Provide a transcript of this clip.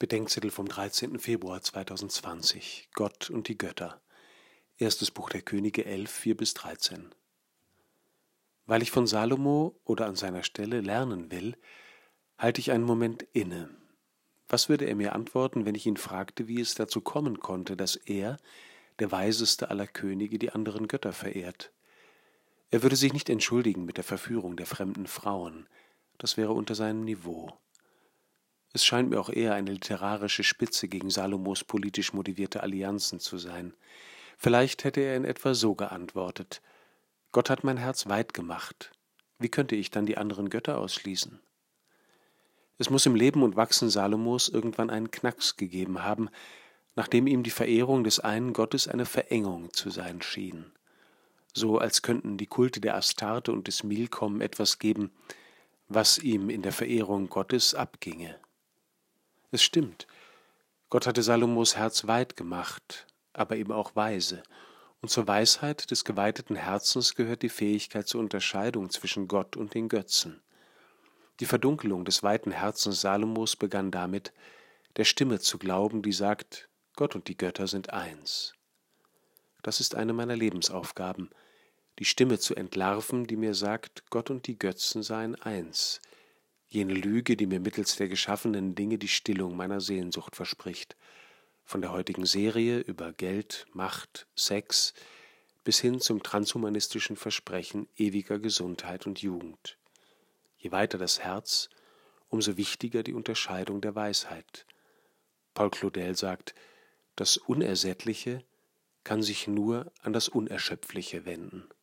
Bedenkzettel vom 13. Februar 2020. Gott und die Götter. Erstes Buch der Könige 11, 4-13. Weil ich von Salomo oder an seiner Stelle lernen will, halte ich einen Moment inne. Was würde er mir antworten, wenn ich ihn fragte, wie es dazu kommen konnte, dass er, der weiseste aller Könige, die anderen Götter verehrt? Er würde sich nicht entschuldigen mit der Verführung der fremden Frauen. Das wäre unter seinem Niveau. Es scheint mir auch eher eine literarische Spitze gegen Salomos politisch motivierte Allianzen zu sein. Vielleicht hätte er in etwa so geantwortet: Gott hat mein Herz weit gemacht. Wie könnte ich dann die anderen Götter ausschließen? Es muss im Leben und Wachsen Salomos irgendwann einen Knacks gegeben haben, nachdem ihm die Verehrung des einen Gottes eine Verengung zu sein schien. So als könnten die Kulte der Astarte und des Milkom etwas geben, was ihm in der Verehrung Gottes abginge. Es stimmt, Gott hatte Salomos Herz weit gemacht, aber eben auch weise. Und zur Weisheit des geweiteten Herzens gehört die Fähigkeit zur Unterscheidung zwischen Gott und den Götzen. Die Verdunkelung des weiten Herzens Salomos begann damit, der Stimme zu glauben, die sagt, Gott und die Götter sind eins. Das ist eine meiner Lebensaufgaben, die Stimme zu entlarven, die mir sagt, Gott und die Götzen seien eins. Jene Lüge, die mir mittels der geschaffenen Dinge die Stillung meiner Sehnsucht verspricht. Von der heutigen Serie über Geld, Macht, Sex bis hin zum transhumanistischen Versprechen ewiger Gesundheit und Jugend. Je weiter das Herz, umso wichtiger die Unterscheidung der Weisheit. Paul Claudel sagt, das Unersättliche kann sich nur an das Unerschöpfliche wenden.